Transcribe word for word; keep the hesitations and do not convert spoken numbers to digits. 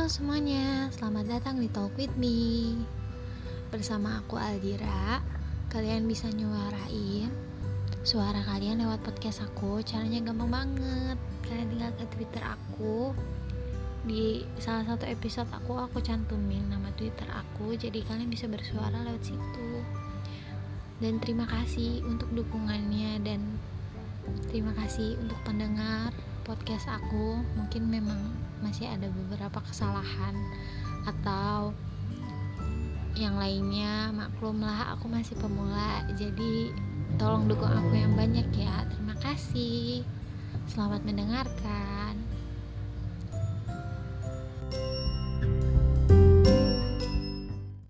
Halo semuanya, selamat datang di Talk With Me. Bersama aku Aldira. Kalian bisa nyuarain suara kalian lewat podcast aku. Caranya gampang banget. Kalian tinggal ke Twitter aku. Di salah satu episode aku, aku cantumin nama Twitter aku. Jadi kalian bisa bersuara lewat situ. Dan terima kasih untuk dukungannya. Dan terima kasih untuk pendengar podcast aku. Mungkin memang masih ada beberapa kesalahan atau yang lainnya, maklumlah aku masih pemula, jadi tolong dukung aku yang banyak ya. Terima kasih, selamat mendengarkan.